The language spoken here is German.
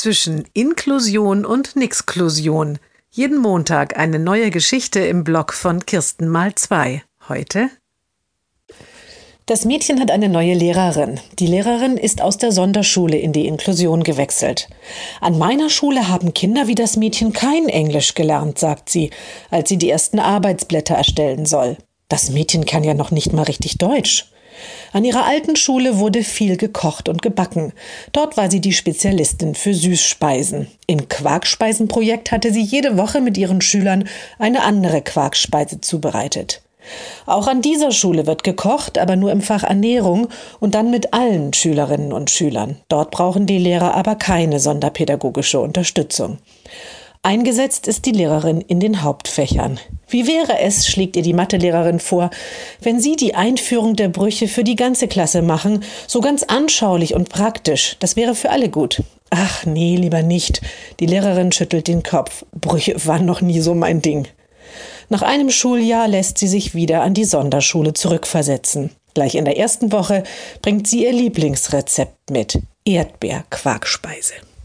zwischen Inklusion und Nixklusion. Jeden Montag eine neue Geschichte im Blog von Kirsten mal 2. Heute: Das Mädchen hat eine neue Lehrerin. Die Lehrerin ist aus der Sonderschule in die Inklusion gewechselt. An meiner Schule haben Kinder wie das Mädchen kein Englisch gelernt, sagt sie, als sie die ersten Arbeitsblätter erstellen soll. Das Mädchen kann ja noch nicht mal richtig Deutsch. An ihrer alten Schule wurde viel gekocht und gebacken. Dort war sie die Spezialistin für Süßspeisen. Im Quarkspeisenprojekt hatte sie jede Woche mit ihren Schülern eine andere Quarkspeise zubereitet. Auch an dieser Schule wird gekocht, aber nur im Fach Ernährung und dann mit allen Schülerinnen und Schülern. Dort brauchen die Lehrer aber keine sonderpädagogische Unterstützung. Eingesetzt ist die Lehrerin in den Hauptfächern. Wie wäre es, schlägt ihr die Mathelehrerin vor, wenn Sie die Einführung der Brüche für die ganze Klasse machen, so ganz anschaulich und praktisch. Das wäre für alle gut. Ach nee, lieber nicht. Die Lehrerin schüttelt den Kopf. Brüche waren noch nie so mein Ding. Nach einem Schuljahr lässt sie sich wieder an die Sonderschule zurückversetzen. Gleich in der ersten Woche bringt sie ihr Lieblingsrezept mit: Erdbeerquarkspeise.